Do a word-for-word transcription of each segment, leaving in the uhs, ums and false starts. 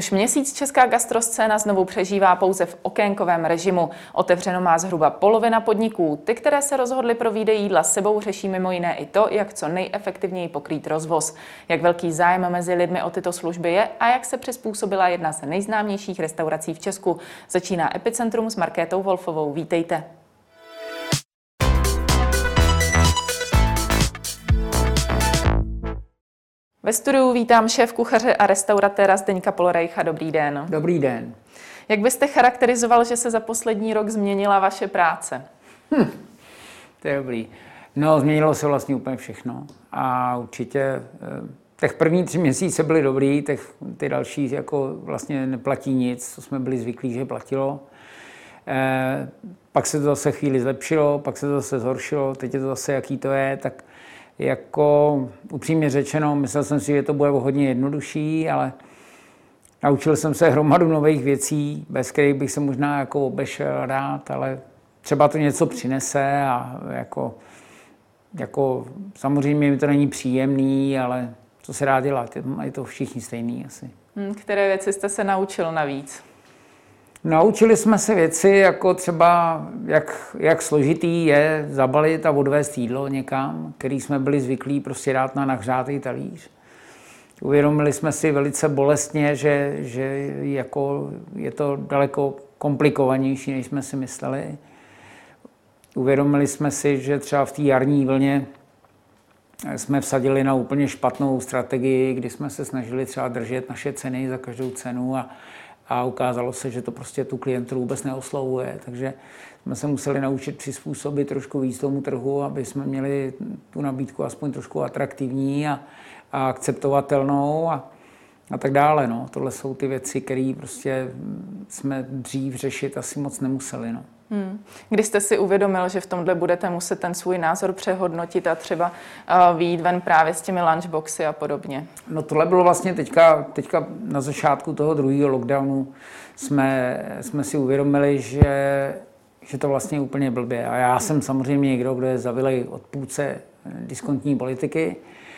Už měsíc česká gastroscéna znovu přežívá pouze v okénkovém režimu. Otevřeno má zhruba polovina podniků. Ty, které se rozhodly pro výdej jídla s sebou, řeší mimo jiné i to, jak co nejefektivněji pokrýt rozvoz. Jak velký zájem mezi lidmi o tyto služby je a jak se přizpůsobila jedna z nejznámějších restaurací v Česku. Začíná Epicentrum s Markétou Wolfovou. Vítejte. Ve studiu vítám šéf kuchaře a restauratéra Zdeňka Polorejcha. Dobrý den. Dobrý den. Jak byste charakterizoval, že se za poslední rok změnila vaše práce? Hm, to je dobrý. No, změnilo se vlastně úplně všechno. A určitě těch první tři měsíce byly dobrý, těch, ty další jako vlastně neplatí nic, co jsme byli zvyklí, že platilo. E, pak se to zase chvíli zlepšilo, pak se to zase zhoršilo, teď je to zase jaký to je, tak jako upřímně řečeno, myslel jsem si, že to bude hodně jednodušší, ale naučil jsem se hromadu nových věcí, bez kterých bych se možná jako obešel rád, ale třeba to něco přinese a jako, jako samozřejmě mi to není příjemný, ale co se dá dělat, je to všichni stejný asi. Které věci jste se naučil navíc? Naučili jsme se věci, jako třeba, jak, jak složitý je zabalit a odvést jídlo někam, který jsme byli zvyklí prostě dát na nahřátý talíř. Uvědomili jsme si velice bolestně, že, že jako je to daleko komplikovanější, než jsme si mysleli. Uvědomili jsme si, že třeba v té jarní vlně jsme vsadili na úplně špatnou strategii, kdy jsme se snažili třeba držet naše ceny za každou cenu a A ukázalo se, že to prostě tu klientelu vůbec neoslovuje, takže jsme se museli naučit přizpůsobit trošku víc tomu trhu, aby jsme měli tu nabídku aspoň trošku atraktivní a, a akceptovatelnou a, a tak dále. No. Tohle jsou ty věci, které prostě jsme dřív řešit asi moc nemuseli. No. Hmm. Kdy jste si uvědomil, že v tomhle budete muset ten svůj názor přehodnotit a třeba uh, vyjít ven právě s těmi lunchboxy a podobně? No tohle bylo vlastně teďka, teďka na začátku toho druhého lockdownu jsme, jsme si uvědomili, že, že to vlastně je úplně blbě. A já jsem samozřejmě někdo, kdo je zavilej od půlce diskontní politiky,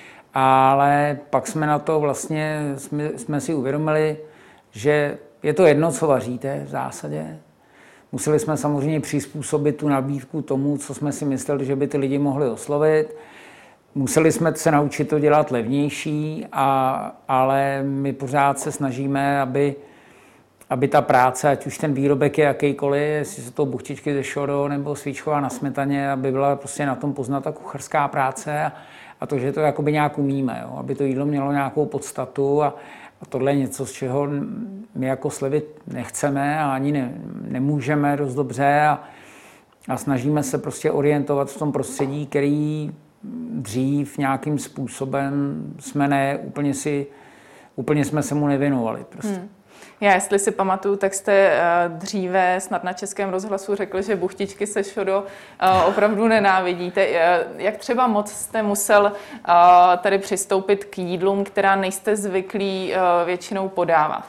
ale pak jsme na to vlastně, jsme, jsme si uvědomili, že je to jedno, co vaříte v zásadě. Museli jsme samozřejmě přizpůsobit tu nabídku tomu, co jsme si mysleli, že by ty lidi mohli oslovit. Museli jsme se naučit to dělat levnější, a, ale my pořád se snažíme, aby, aby ta práce, ať už ten výrobek je jakýkoliv, jestli jsou to buchtičky ze šoro nebo svíčková na smetaně, aby byla prostě na tom poznat ta kuchařská práce a, a to, že to jakoby nějak umíme, jo? Aby to jídlo mělo nějakou podstatu a, a tohle je něco, z čeho my jako slevit nechceme a ani ne, nemůžeme dost dobře a, a snažíme se prostě orientovat v tom prostředí, který dřív nějakým způsobem jsme ne, úplně si, úplně jsme se mu nevěnovali prostě. Hmm. Já, jestli si pamatuju, tak jste dříve snad na Českém rozhlasu řekl, že buchtičky se šodo opravdu nenávidíte. Jak třeba moc jste musel tady přistoupit k jídlům, která nejste zvyklí většinou podávat?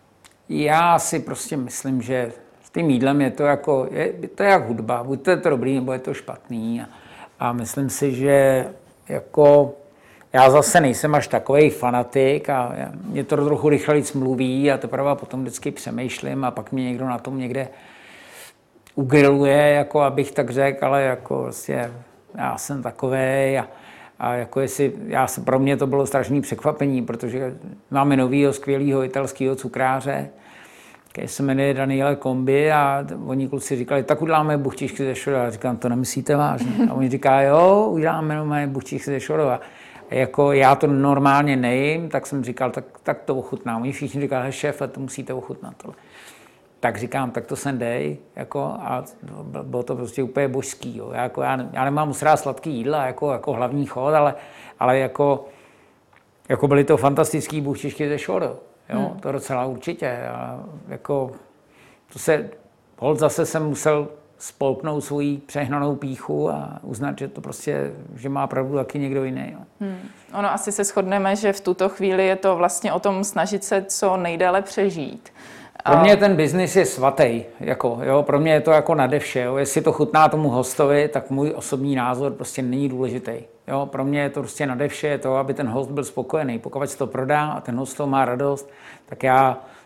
Já si prostě myslím, že s tím jídlem je to jako, je, to je jak hudba. Buď to je to dobrý, nebo je to špatný. A, a myslím si, že jako já zase nejsem až takovej fanatik a mě to trochu rychleji mluví a teprve potom vždycky přemýšlím a pak mě někdo na tom někde ugriluje, jako abych tak řekl, ale jako vlastně já jsem takovej a, a jako jestli, já se, pro mě to bylo strašné překvapení, protože máme novýho skvělého italského cukráře, který se jmenuje Daniele Combi a oni kluci říkali, tak uděláme buchtičky ze šoro. A říkám, to nemyslíte vážně? A oni říkají, jo, uděláme buchtičky ze šoro. A jako já to normálně nejím, tak jsem říkal, tak, tak to ochutnám. Oni všichni říkali, šéfe, to musíte ochutnat. Tohle. Tak říkám, tak to sem dej. Jako, a bylo to prostě úplně božský. Jo. Já, jako, já, já nemám moc rád sladký jídla jako, jako hlavní chod, ale, ale jako, jako byly to fantastický buchtičky ze šoro. Jo, hmm. To docela určitě. A jako, to se, hold zase jsem musel spolknout svoji přehnanou pýchu a uznat, že to prostě, že má pravdu taky někdo jiný. Jo. Hmm. Ono asi se shodneme, že v tuto chvíli je to vlastně o tom snažit se co nejdéle přežít. Pro mě ten biznis je svatý, jako, jo, pro mě je to jako nade vše. Jo. Jestli to chutná tomu hostovi, tak můj osobní názor prostě není důležitý. Jo. Pro mě je to prostě nade vše to, aby ten host byl spokojený. Pokud se to prodá a ten host to má radost, tak já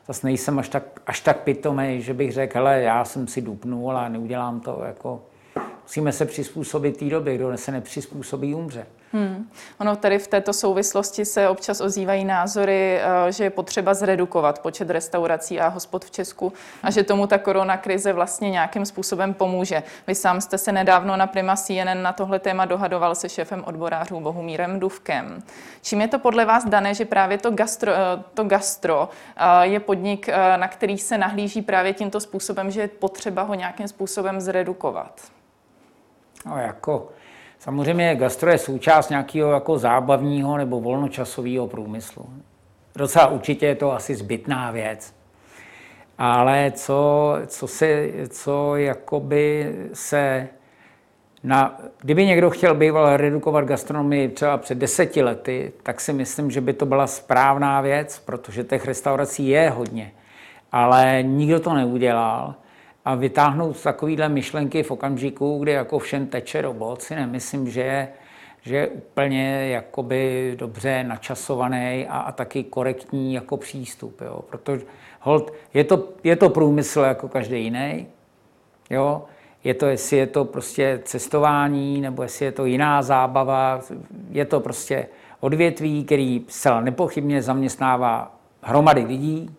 zase nejsem až tak, až tak pitomej, že bych řekl, hele, já jsem si dupnul a neudělám to. Jako, musíme se přizpůsobit té době, kdo se nepřizpůsobí, umře. Hmm. Ono tady v této souvislosti se občas ozývají názory, že je potřeba zredukovat počet restaurací a hospod v Česku a že tomu ta koronakrize vlastně nějakým způsobem pomůže. Vy sám jste se nedávno na Prima C N N na tohle téma dohadoval se šéfem odborářů Bohumírem Dufkem. Čím je to podle vás dané, že právě to gastro, to gastro je podnik, na který se nahlíží právě tímto způsobem, že je potřeba ho nějakým způsobem zredukovat? No jako... Samozřejmě gastro je součást nějakého jako zábavního nebo volnočasového průmyslu. Docela určitě je to asi zbytná věc. Ale co, co se, co jakoby se, na, kdyby někdo chtěl býval redukovat gastronomii třeba před deseti lety, tak si myslím, že by to byla správná věc, protože těch restaurací je hodně. Ale nikdo to neudělal. A vytáhnout takovýhle myšlenky v okamžiku, kdy jako všem teče robot, si nemyslím, že je, že je úplně jakoby dobře načasovaný a, a taky korektní jako přístup. Jo? Protože hold, je, to, je to průmysl jako každý jiný. Jo? Je to, jestli je to prostě cestování, nebo jestli je to jiná zábava. Je to prostě odvětví, který zcela nepochybně zaměstnává hromady lidí.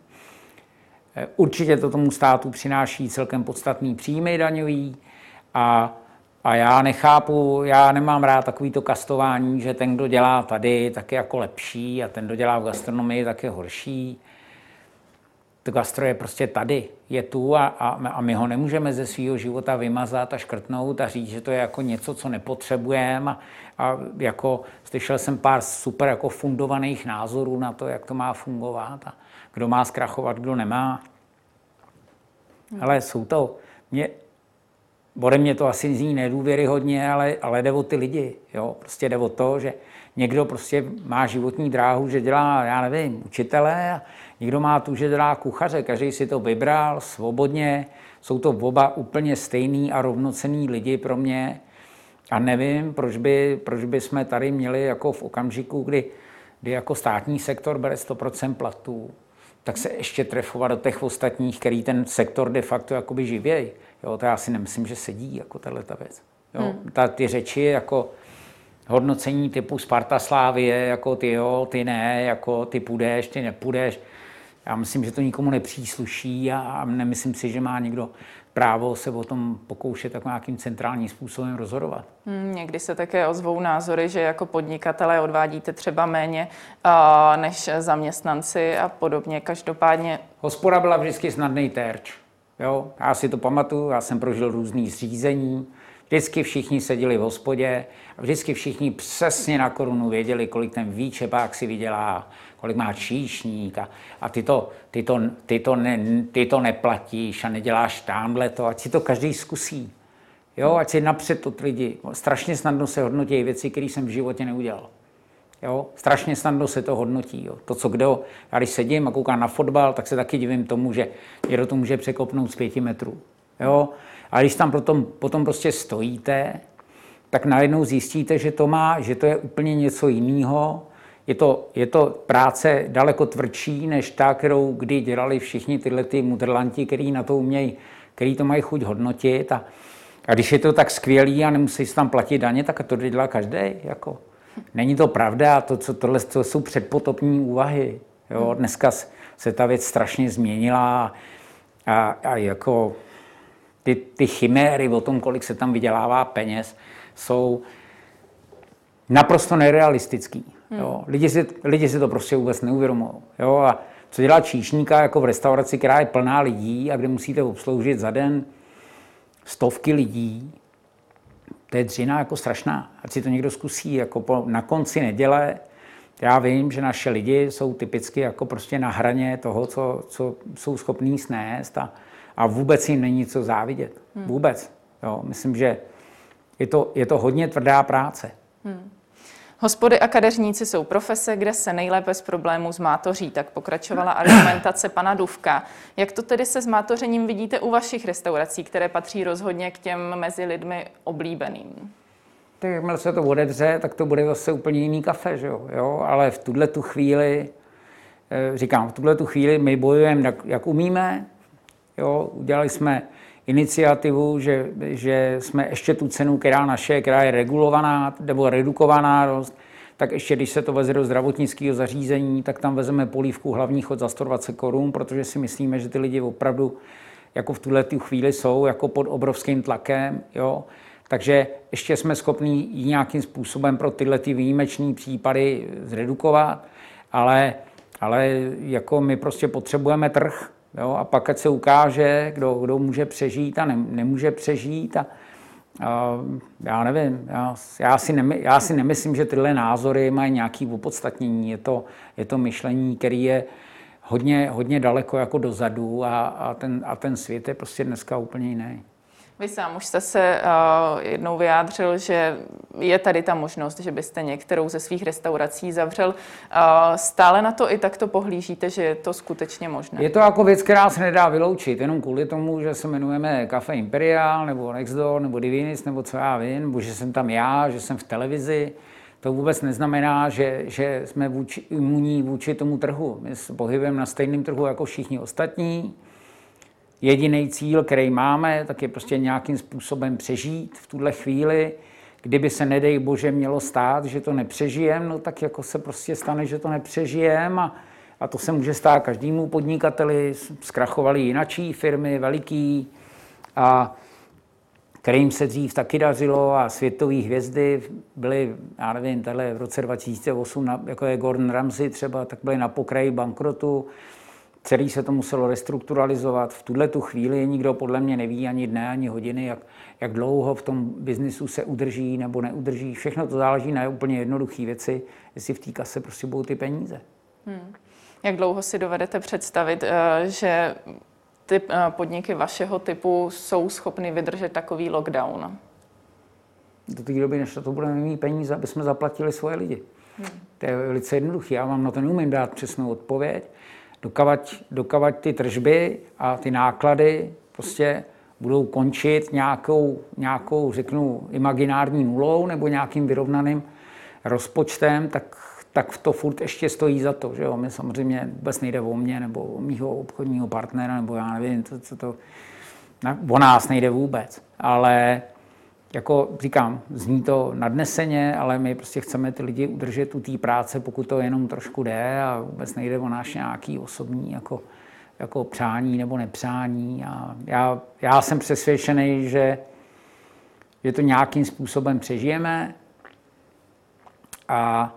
Určitě to tomu státu přináší celkem podstatný příjmy daňový a, a já nechápu, já nemám rád takovýto kastování, že ten, kdo dělá tady, tak je jako lepší a ten, kdo dělá v gastronomii, tak je horší. To gastro je prostě tady, je tu a, a, a my ho nemůžeme ze svého života vymazat a škrtnout a říct, že to je jako něco, co nepotřebujeme. A, a jako slyšel jsem pár super jako fundovaných názorů na to, jak to má fungovat a kdo má zkrachovat, kdo nemá. Ale jsou to, mě, ode mě to asi zní nedůvěryhodně, ale, ale jde o ty lidi. Jo? Prostě jde o to, že někdo prostě má životní dráhu, že dělá, já nevím, učitele a někdo má tu, že dělá kuchaře. Každý si to vybral svobodně. Jsou to oba úplně stejný a rovnocenný lidi pro mě. A nevím, proč by, proč by jsme tady měli jako v okamžiku, kdy, kdy jako státní sektor bere sto procent platů, tak se ještě trefovat do těch ostatních, který ten sektor de facto jakoby živějí. Jo, to já si nemyslím, že sedí jako tato věc. Jo, hmm. ta, ty řeči jako hodnocení typu Sparta Slávie, jako ty jo, ty ne, jako ty půjdeš, ty nepůjdeš. Já myslím, že to nikomu nepřísluší a, a nemyslím si, že má někdo právo se o tom pokoušet tak nějakým centrálním způsobem rozhodovat. Hmm, někdy se také ozvou názory, že jako podnikatelé odvádíte třeba méně uh, než zaměstnanci a podobně. Každopádně... Hospoda byla vždycky snadný terč. Jo? Já si to pamatuju, já jsem prožil různý zřízení. Vždycky všichni seděli v hospodě a vždycky všichni přesně na korunu věděli, kolik ten výčepák si vydělá, kolik má číšník a, a ty, to, ty, to, ty, to ne, ty to neplatíš a neděláš tamhle to, ať si to každý zkusí. Jo, ať si napřed to lidi. Strašně snadno se hodnotí věci, které jsem v životě neudělal. Jo, strašně snadno se to hodnotí. Jo. To, co kdo, já když sedím a koukám na fotbal, tak se taky divím tomu, že někdo to může překopnout z pěti metrů. Jo. A když tam potom, potom prostě stojíte, tak najednou zjistíte, že to má, že to je úplně něco jiného. Je to, je to práce daleko tvrdší, než ta, kterou kdy dělali všichni tyhle ty mudrlanti, který na to umějí, který to mají chuť hodnotit. A, a když je to tak skvělý a nemusí se tam platit daně, tak to dělá každý. Jako. Není to pravda, to, co, tohle to jsou předpotopní úvahy. Jo. Dneska se ta věc strašně změnila a, a jako ty, ty chiméry o tom, kolik se tam vydělává peněz, jsou naprosto nerealistický. Jo. Lidi, si, lidi si to prostě vůbec neuvědomují. Jo. A co dělá číšníka jako v restauraci, která je plná lidí a kde musíte obsloužit za den stovky lidí, to je dřina jako strašná. Ať si to někdo zkusí. Jako po, na konci neděle já vím, že naše lidi jsou typicky jako prostě na hraně toho, co, co jsou schopní snést a, a vůbec jim není co závidět. Hmm. Vůbec. Jo. Myslím, že je to, je to hodně tvrdá práce. Hmm. Hospody a kadeřníci jsou profese, kde se nejlépe z problémů zmátoří, tak pokračovala argumentace pana Dufka. Jak to tedy se zmátořením vidíte u vašich restaurací, které patří rozhodně k těm mezi lidmi oblíbeným? Tak jakmile se to odevře, tak to bude zase úplně jiný kafe, že jo? Jo? Ale v tuhle tu chvíli říkám, v tuhle tu chvíli my bojujeme, jak, jak umíme. Jo, udělali jsme iniciativu, že, že jsme ještě tu cenu, která naše, která je regulovaná nebo redukovaná, dost, tak ještě když se to veze do zdravotnického zařízení, tak tam vezeme polívku hlavní chod za sto dvacet korun, protože si myslíme, že ty lidi opravdu jako v tuhle tu chvíli jsou jako pod obrovským tlakem. Jo. Takže ještě jsme schopni ji nějakým způsobem pro tyhle ty výjimečné případy zredukovat, ale, ale jako my prostě potřebujeme trh. Jo, a pak ať se ukáže, kdo, kdo může přežít a ne, nemůže přežít. A, a já nevím, já, já, si nemy, já si nemyslím, že tyhle názory mají nějaké opodstatnění. Je to, je to myšlení, které je hodně, hodně daleko jako dozadu a, a, ten, a ten svět je prostě dneska úplně jiný. Vy sám už jste se uh, jednou vyjádřil, že je tady ta možnost, že byste některou ze svých restaurací zavřel. Uh, stále na to i takto pohlížíte, že je to skutečně možné? Je to jako věc, která se nedá vyloučit, jenom kvůli tomu, že se jmenujeme Café Imperial, nebo Nextdoor, nebo Divinis, nebo co já vím, nebo že jsem tam já, že jsem v televizi. To vůbec neznamená, že, že jsme vůči, imunní vůči tomu trhu. My se pohybujeme na stejném trhu jako všichni ostatní. Jediný cíl, který máme, tak je prostě nějakým způsobem přežít v tuhle chvíli. Kdyby se, nedej bože, mělo stát, že to nepřežijem, no tak jako se prostě stane, že to nepřežijem a, a to se může stát každému podnikateli. Zkrachovaly jinačí firmy, veliký, a kterým se dřív taky dařilo a světové hvězdy byly, já nevím, tahle v roce dva tisíce osm, jako je Gordon Ramsay třeba, tak byly na pokraji bankrotu. Celý se to muselo restrukturalizovat. V tuhle tu chvíli nikdo podle mě neví ani dne, ani hodiny, jak, jak dlouho v tom biznisu se udrží nebo neudrží. Všechno to záleží na úplně jednoduché věci, jestli v té kase prostě budou ty peníze. Hmm. Jak dlouho si dovedete představit, že ty podniky vašeho typu jsou schopny vydržet takový lockdown? Do té doby, než na to budeme mít peníze, aby jsme zaplatili svoje lidi. Hmm. To je velice jednoduché. Já vám na to neumím dát přesnou odpověď. Dokavať, dokavať ty tržby a ty náklady prostě budou končit nějakou, nějakou, řeknu, imaginární nulou nebo nějakým vyrovnaným rozpočtem, tak, tak to furt ještě stojí za to. Že jo? My samozřejmě vůbec nejde o mě nebo o mýho obchodního partnera, nebo já nevím, co, co to, o nás nejde vůbec. Ale jako říkám, zní to nadneseně, ale my prostě chceme ty lidi udržet u té práce, pokud to jenom trošku jde a vůbec nejde o náš nějaký osobní jako, jako přání nebo nepřání. A já, já jsem přesvědčený, že, že to nějakým způsobem přežijeme, a,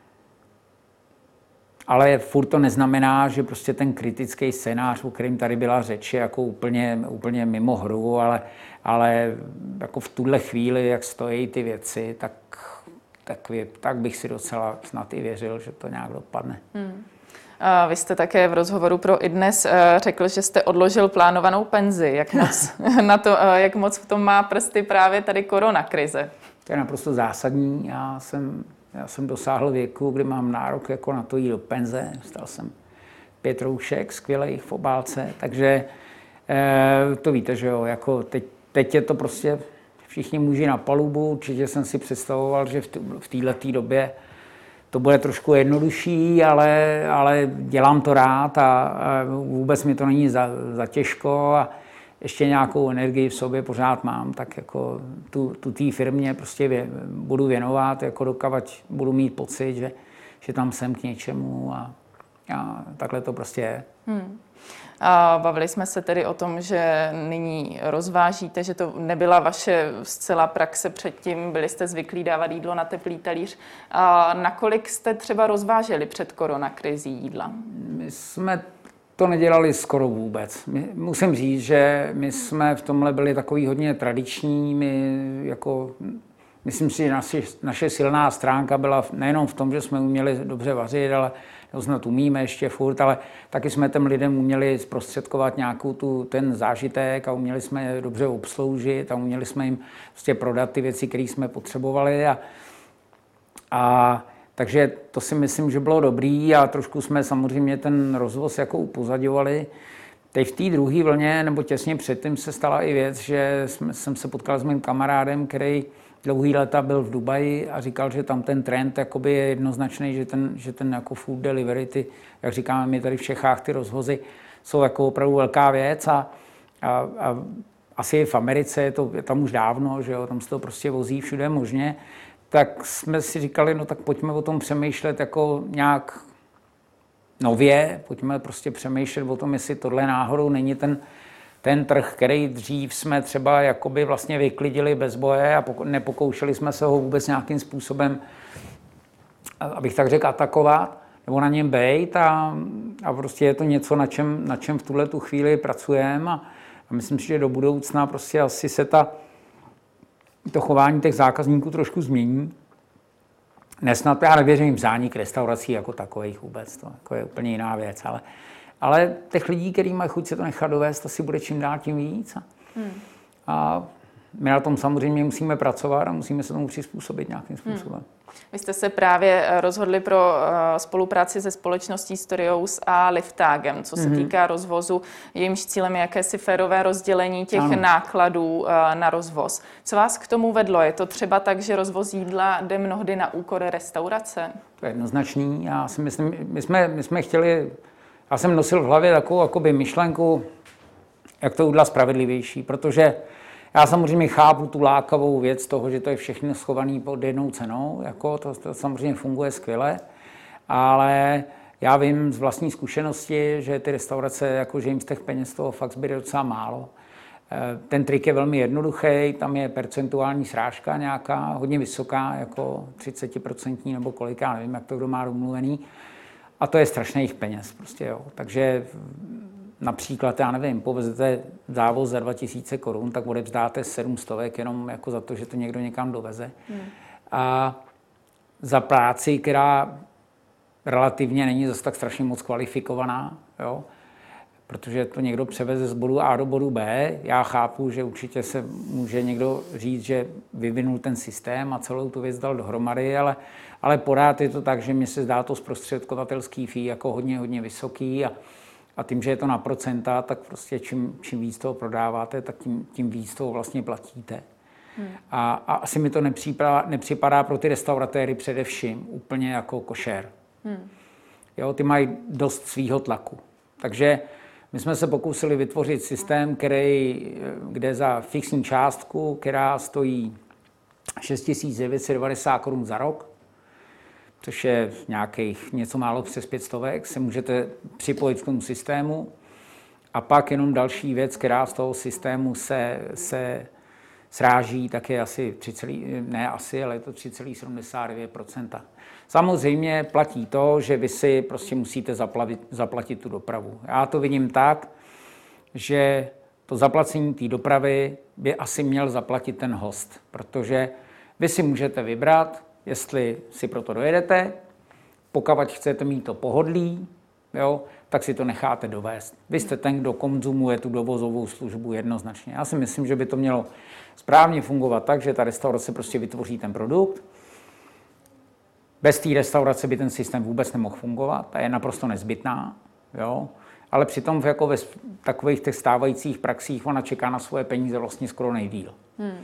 ale furt to neznamená, že prostě ten kritický scénář, o kterém tady byla řeč, je jako úplně, úplně mimo hru, ale, ale jako v tuhle chvíli, jak stojí ty věci, tak, tak, tak bych si docela snad i věřil, že to nějak dopadne. Hmm. A vy jste také v rozhovoru pro iDnes řekl, že jste odložil plánovanou penzi. Jak moc, na to, jak moc v tom má prsty právě tady koronakrize? To je naprosto zásadní. Já jsem, já jsem dosáhl věku, kdy mám nárok jako na to jít do penze. Stal jsem pět roušek, skvělých v obálce, takže eh, to víte, že jo, jako teď, teď je to prostě všichni muži na palubu. Určitě jsem si představoval, že v, v této době to bude trošku jednodušší, ale, ale dělám to rád a, a vůbec mi to není za, za těžko a ještě nějakou energii v sobě pořád mám, tak jako tu, tu té firmě prostě vě, budu věnovat, jako dokavať budu mít pocit, že, že tam jsem k něčemu a, a takhle to prostě je. Hmm. A bavili jsme se tedy o tom, že nyní rozvážíte, že to nebyla vaše zcela praxe předtím, byli jste zvyklí dávat jídlo na teplý talíř. A nakolik jste třeba rozváželi před koronakrizí jídla? My jsme to nedělali skoro vůbec. My, musím říct, že my jsme v tomhle byli takový hodně tradiční. My jako, myslím si, že naši, naše silná stránka byla nejenom v tom, že jsme uměli dobře vařit, ale to snad umíme ještě furt, ale taky jsme těm lidem uměli zprostředkovat nějakou tu, ten zážitek a uměli jsme je dobře obsloužit a uměli jsme jim prostě prodat ty věci, které jsme potřebovali. A, a takže to si myslím, že bylo dobrý a trošku jsme samozřejmě ten rozvoz jako upozadňovali. teď v té druhé vlně, nebo těsně předtím se stala i věc, že jsme, jsem se potkal s mým kamarádem, který dlouhý léta byl v Dubaji a říkal, že tam ten trend jakoby je jednoznačný, že ten, že ten jako food delivery, ty, jak říkáme my tady v Čechách, ty rozvozy jsou jako opravdu velká věc a, a, a asi v Americe je to je tam už dávno, že jo, tam se to prostě vozí všude možně, tak jsme si říkali, no tak pojďme o tom přemýšlet jako nějak nově, pojďme prostě přemýšlet o tom, jestli tohle náhodou není ten, ten trh, který dřív jsme třeba jakoby vlastně vyklidili bez boje a nepokoušeli jsme se ho vůbec nějakým způsobem, abych tak řekl, atakovat nebo na něm bejt a, a prostě je to něco, na čem, na čem v tuhle tu chvíli pracujeme a, a myslím si, že do budoucna prostě asi se ta, to chování těch zákazníků trošku změní. Nesnad, já nevěřím v zánik restaurací jako takových vůbec, to jako je úplně jiná věc, ale, ale těch lidí, kteří mají chuť se to nechat dovést, asi bude čím dál tím víc. Hmm. A my na tom samozřejmě musíme pracovat a musíme se tomu přizpůsobit nějakým způsobem. Hmm. Vy jste se právě rozhodli pro spolupráci se společností Storious a Liftagem, co se mm-hmm. týká rozvozu. Jejímž cílem je jakési férové rozdělení těch ano. nákladů na rozvoz. Co vás k tomu vedlo? Je to třeba tak, že rozvoz jídla jde mnohdy na úkor restaurace? To je jednoznačný. Já si myslím, my jsme, my jsme chtěli, já jsem nosil v hlavě takovou jakoby myšlenku, jak to udělat spravedlivější, protože já samozřejmě chápu tu lákavou věc toho, že to je všechno schované pod jednou cenou, jako to, to samozřejmě funguje skvěle, ale já vím z vlastní zkušenosti, že ty restaurace, jako že jim z těch peněz toho fakt zbyde docela málo. Ten trik je velmi jednoduchý, tam je percentuální srážka nějaká, hodně vysoká, jako třicet procent nebo kolik, já nevím, jak to kdo má domluvený, a to je strašných peněz prostě, jo. Takže například, já nevím, povezete závoz za dva tisíce korun, tak odevzdáte sedm stovek jenom jako za to, že to někdo někam doveze. Hmm. A za práci, která relativně není zase tak strašně moc kvalifikovaná, jo? Protože to někdo převeze z bodu A do bodu B. Já chápu, že určitě se může někdo říct, že vyvinul ten systém a celou tu věc dal dohromady, ale, ale pořád je to tak, že mně se zdá to zprostředkovatelský fee jako hodně, hodně vysoký a A tím, že je to na procenta, tak prostě čím, čím víc toho prodáváte, tak tím, tím víc toho vlastně platíte. Hmm. A, a asi mi to nepřipadá, nepřipadá pro ty restauratéry především úplně jako košer. Hmm. Jo, ty mají dost svýho tlaku. Takže my jsme se pokusili vytvořit systém, který, kde za fixní částku, která stojí šest tisíc devět set devadesát korun za rok, což je nějakých něco málo přes pět stovek, se můžete připojit k tomu systému. A pak jenom další věc, která z toho systému se, se sráží, tak je asi tři, ne asi, ale je to tři celá sedmdesát devět procenta. Samozřejmě platí to, že vy si prostě musíte zaplatit, zaplatit tu dopravu. Já to vidím tak, že to zaplacení té dopravy by asi měl zaplatit ten host, protože vy si můžete vybrat, jestli si proto dojedete, pokud chcete mít to pohodlí, jo, tak si to necháte dovést. Vy jste ten, kdo konzumuje tu dovozovou službu jednoznačně. Já si myslím, že by to mělo správně fungovat tak, že ta restaurace prostě vytvoří ten produkt. Bez té restaurace by ten systém vůbec nemohl fungovat, ta je naprosto nezbytná, jo. Ale přitom jako ve takových těch stávajících praxích ona čeká na svoje peníze vlastně skoro nejdýl. Hmm.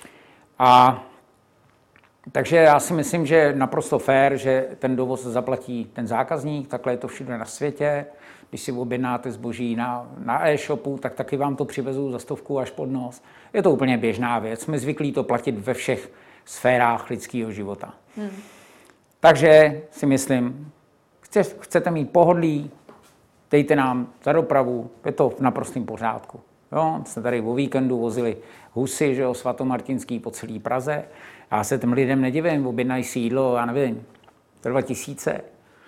A takže já si myslím, že je naprosto fér, že ten dovoz zaplatí ten zákazník, takhle je to všude na světě. Když si objednáte zboží na, na e-shopu, tak taky vám to přivezou za stovku až pod nos. Je to úplně běžná věc, jsme zvyklí to platit ve všech sférách lidského života. Hmm. Takže si myslím, chcete mít pohodlí, dejte nám za dopravu, je to v naprostém pořádku. Jo, jsme tady o víkendu vozili husy, že jo, svatomartinský po celé Praze. Já se těm lidem nedivím, objednají si jídlo, já nevím, za dva tisíce.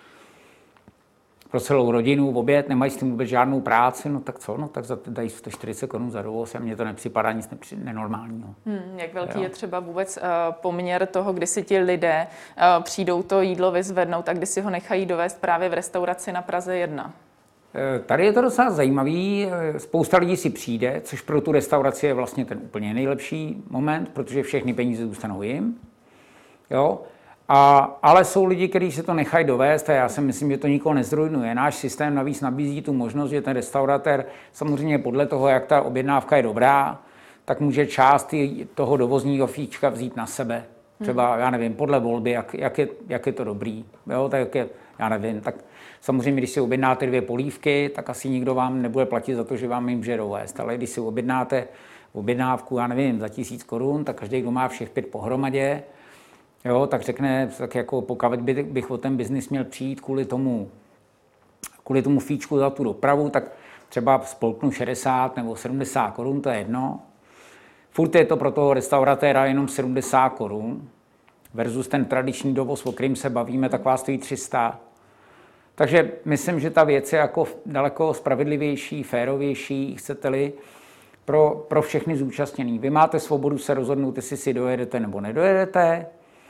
Pro celou rodinu, v oběd, nemají s tím vůbec žádnou práci, no tak co, no tak za, dají sto čtyřicet korun za dovoz a mně to nepřipadá nic nepři, nenormálního. Hmm, jak velký jo. je třeba vůbec uh, poměr toho, kdy si ti lidé uh, přijdou to jídlo vyzvednout a kdy si ho nechají dovést právě v restauraci na Praze jedna? Tady je to docela zajímavý, spousta lidí si přijde, což pro tu restauraci je vlastně ten úplně nejlepší moment, protože všechny peníze zůstanou jim. Jo? A, ale jsou lidi, kteří se to nechají dovést a já si myslím, že to nikoho nezrujnuje. Náš systém navíc nabízí tu možnost, že ten restauratér samozřejmě podle toho, jak ta objednávka je dobrá, tak může část toho dovozního fíčka vzít na sebe. Třeba, já nevím, podle volby, jak, jak, je, jak je to dobrý. Jo, tak je, já nevím, tak samozřejmě, když si objednáte dvě polívky, tak asi nikdo vám nebude platit za to, že vám jim může dovést. Ale když si objednáte objednávku, já nevím, za tisíc korun, tak každý, kdo má všech pět pohromadě, jo, tak řekne, tak jako pokud by, bych o ten biznis měl přijít kvůli tomu, kvůli tomu fíčku za tu dopravu, tak třeba spolknu šedesát nebo sedmdesát korun, to je jedno. Furt je to pro toho restauratéra jenom sedmdesát korun versus ten tradiční dovoz, o kterým se bavíme, tak vás stojí tři sta. Takže myslím, že ta věc je jako daleko spravedlivější, férovější, chcete-li, pro, pro všechny zúčastněný. Vy máte svobodu se rozhodnout, jestli si dojedete nebo nedojedete.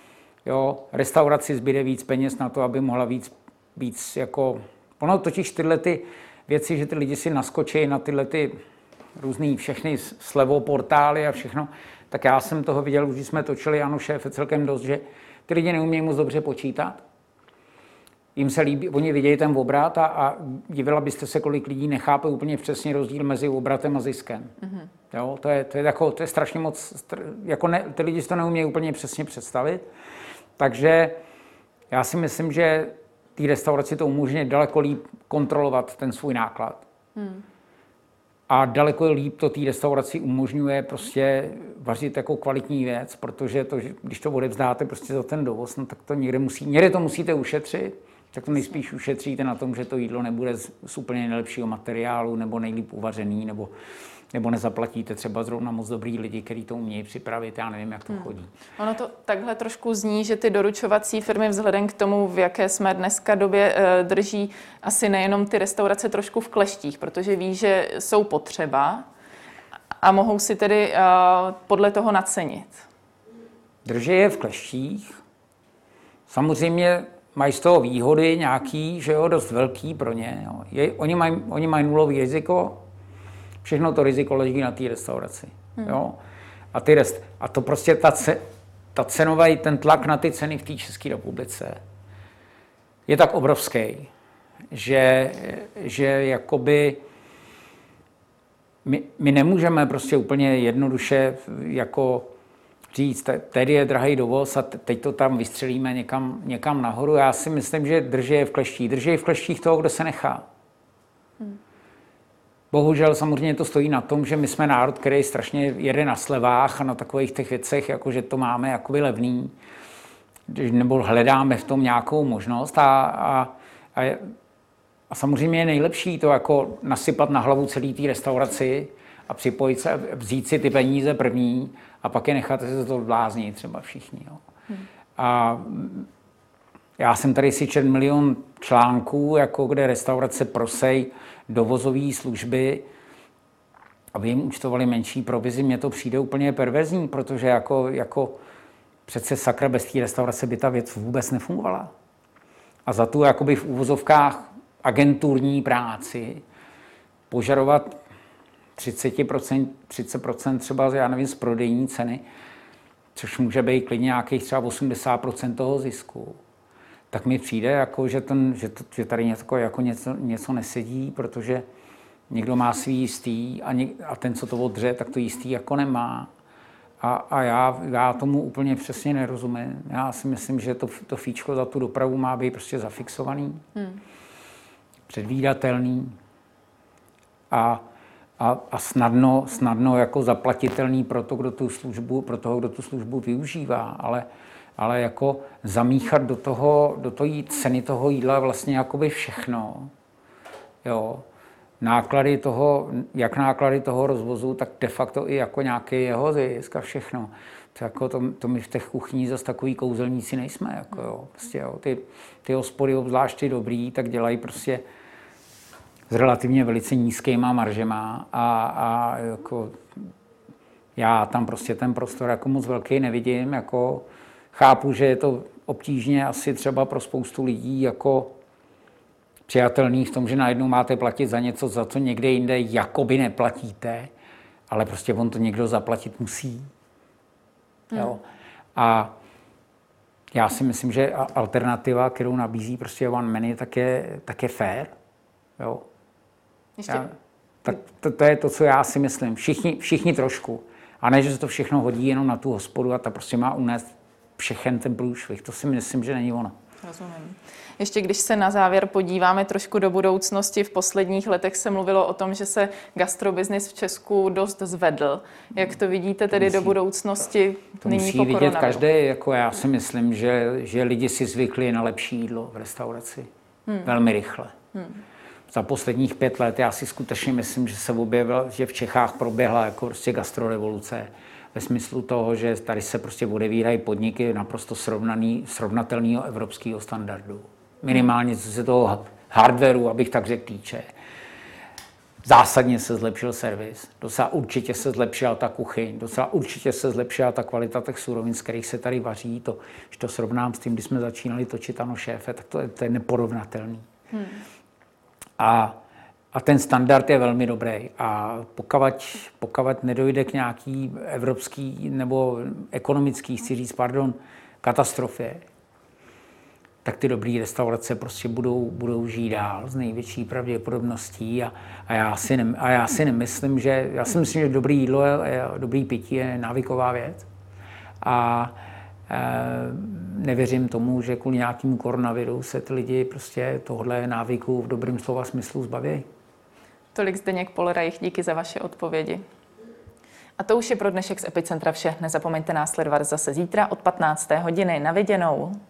Jo, restauraci zbyde víc peněz na to, aby mohla víc, víc jako... Ono totiž tyhle ty věci, že ty lidi si naskočí na tyhle ty různý všechny slevoportály a všechno, tak já jsem toho viděl, už jsme točili, ano, šéfe, celkem dost, že ty lidi neumějí moc dobře počítat. Jim se líbí, oni vidějí ten obrat a, a divila byste se, kolik lidí nechápe úplně přesně rozdíl mezi obratem a ziskem. Mm-hmm. Jo, to je, to je, jako, to je strašně moc, jako ne, ty lidi si to neumějí úplně přesně představit. Takže já si myslím, že té restauraci to umožňuje daleko líp kontrolovat ten svůj náklad. Mm. A daleko líp to té restauraci umožňuje prostě vařit jako kvalitní věc, protože to, když to odevzdáte prostě za ten dovoz, no, tak to někde musí, někde to musíte ušetřit, tak to nejspíš ušetříte na tom, že to jídlo nebude z, z úplně nejlepšího materiálu nebo nejlíp uvařený, nebo, nebo nezaplatíte třeba zrovna moc dobrý lidi, kteří to umějí připravit, já nevím, jak to hmm. chodí. Ono to takhle trošku zní, že ty doručovací firmy vzhledem k tomu, v jaké jsme dneska době, drží asi nejenom ty restaurace trošku v kleštích, protože ví, že jsou potřeba a mohou si tedy podle toho nacenit. Drží je v kleštích. Samozřejmě mají z toho výhody nějaký, že jo, dost velký pro ně. Jo. Je, oni, mají, oni mají nulový riziko, všechno to riziko leží na té restauraci. Hmm. Jo. A, ty rest, a to prostě ta, ce, ta cenový, ten tlak na ty ceny v té České republice je tak obrovský, že, že jakoby my, my nemůžeme prostě úplně jednoduše jako říct, tady je drahý dovoz a teď to tam vystřelíme někam, někam nahoru. Já si myslím, že drží je v kleštích. Drží je v kleštích toho, kdo se nechá. Hmm. Bohužel samozřejmě to stojí na tom, že my jsme národ, který strašně jede na slevách a na takových těch věcech, jako že to máme jakoby levný, nebo hledáme v tom nějakou možnost a, a, a, a samozřejmě je nejlepší to jako nasypat na hlavu celý té restauraci a připojit se, vzít si ty peníze první a pak je nechat se to bláznit třeba všichni. Jo. Hmm. A já jsem tady si četl milion článků, jako kde restaurace prosej dovozové služby, aby jim účtovali menší provizi. Mně to přijde úplně perverzní, protože jako, jako přece sakra bez té restaurace by ta věc vůbec nefungovala. A za tu jakoby v úvozovkách agenturní práci požadovat třicet procent, třicet procent třeba, já nevím, z prodejní ceny, což může být klidně nějakých třeba osmdesát procent toho zisku, tak mi přijde, jako, že, ten, že, to, že tady něco, jako něco, něco nesedí, protože někdo má svý jistý a, něk, a ten, co to odře, tak to jistý jako nemá. A, a já, já tomu úplně přesně nerozumím. Já si myslím, že to, to fíčko za tu dopravu má být prostě zafixovaný, hmm. předvídatelný a A, a snadno, snadno jako zaplatitelný pro, to, kdo tu službu, pro toho, kdo tu službu využívá, ale, ale jako zamíchat do toho, do toho ceny toho jídla vlastně jakoby všechno. Jo. Náklady toho, jak náklady toho rozvozu, tak de facto i jako nějaký jeho zisk a všechno. To, jako to, to my v těch kuchyních zase takový kouzelníci nejsme. Jako jo. Prostě, jo. Ty, ty hospody, obzvlášť ty dobrý, tak dělají prostě s relativně velice nízkýma maržema a, a jako já tam prostě ten prostor jako moc velký nevidím. Jako chápu, že je to obtížně asi třeba pro spoustu lidí jako přijatelný v tom, že najednou máte platit za něco, za co někde jinde jakoby neplatíte, ale prostě on to někdo zaplatit musí. Hmm. Jo. A já si myslím, že alternativa, kterou nabízí prostě One Menu, tak je, tak je fair. Jo. Ještě... Já, tak to, to je to, co já si myslím. Všichni, všichni trošku. A ne, že se to všechno hodí jenom na tu hospodu a ta prostě má unést všechen ten průšvih. To si myslím, že není ono. Rozumím. Ještě když se na závěr podíváme trošku do budoucnosti, v posledních letech se mluvilo o tom, že se gastrobiznis v Česku dost zvedl. Jak to vidíte tedy to musí, do budoucnosti to nyní musí po vidět koronaviru? každý, jako já si myslím, že, že lidi si zvykli na lepší jídlo v restauraci. Hmm. Velmi rychle. Hmm. Za posledních pět let já si skutečně myslím, že se objevil, že v Čechách proběhla jako prostě gastrorevoluce. Ve smyslu toho, že tady se prostě odevírají podniky naprosto srovnaný, srovnatelného evropského standardu. Minimálně co se toho hardwareu, abych tak řekl, týče. Zásadně se zlepšil servis, docela určitě se zlepšila ta kuchyň, docela určitě se zlepšila ta kvalita těch surovin, z kterých se tady vaří. To, když to srovnám s tím, když jsme začínali točit Ano šéfe, tak to je, to je neporovnatelný. Hmm. A, a ten standard je velmi dobrý. A pokud, pokud nedojde k nějaký evropský nebo ekonomický, chci říct, pardon, katastrofě, tak ty dobré restaurace prostě budou, budou žít dál s největší pravděpodobností. A, a, já si ne, a já si nemyslím, že, já si myslím, že dobré jídlo a dobrý pití je návyková věc. A e, nevěřím tomu, že kvůli nějakému koronaviru se ty lidi prostě tohle návyku v dobrém slova smyslu zbaví. Tolik Zdeněk Polreich, díky za vaše odpovědi. A to už je pro dnešek z Epicentra vše. Nezapomeňte nás sledovat zase zítra od patnácté hodiny. Na viděnou.